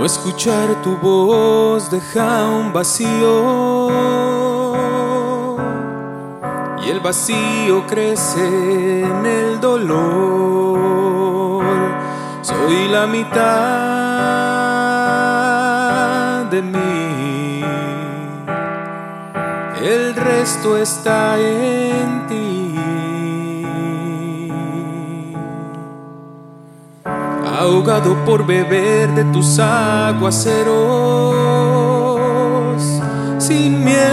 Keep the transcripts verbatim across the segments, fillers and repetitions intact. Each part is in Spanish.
No escuchar tu voz deja un vacío, y el vacío crece en el dolor. Soy la mitad de mí, el resto está en ti. Ahogado por beber de tus aguaceros, sin miedos,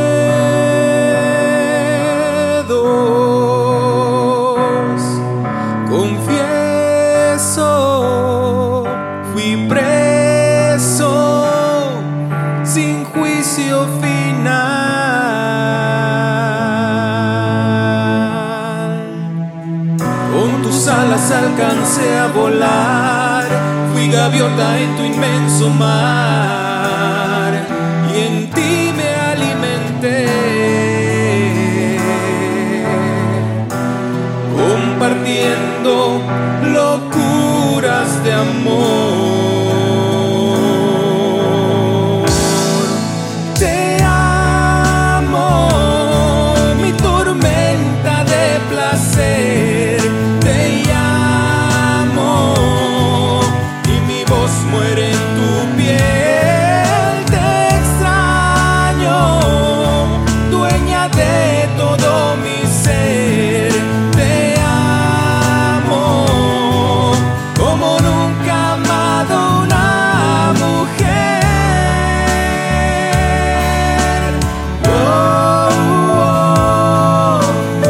confieso, fui preso sin juicio final. Con tus alas alcancé a volar, fui gaviota en tu inmenso mar, y en ti me alimenté, compartiendo locuras de amor. Te amo, mi tormenta de placer. Te llamo y mi voz muere en tu piel. Te extraño, dueña de todo mi ser. Te amo como nunca he amado una mujer. Oh, oh, oh.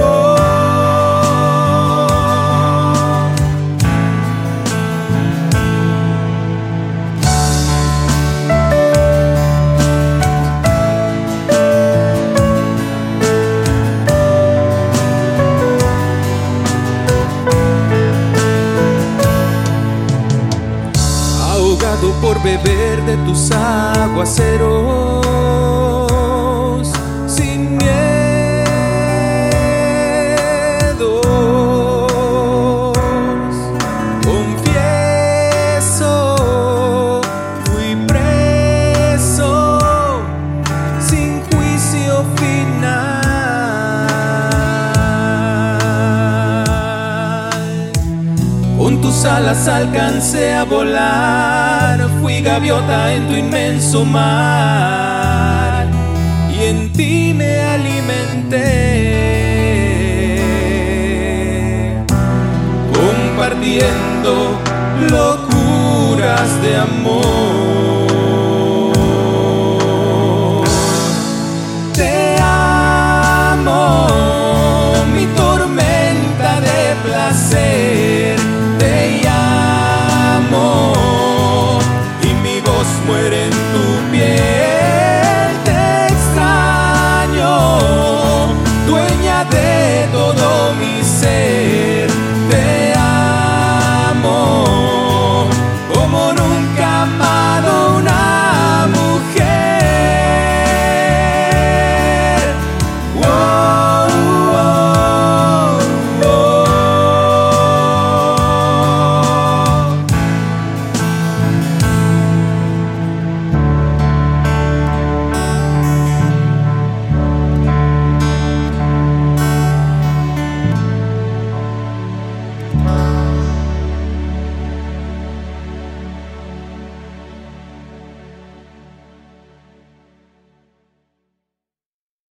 Ahogado por beber de tus aguaceros, sin miedos, confieso, fui preso sin juicio final. Con tus alas alcancé a volar, fui gaviota en tu inmenso mar, y en ti me alimenté, compartiendo locuras de amor. Te amo, mi tormenta de placer. Te llamo y mi voz muere en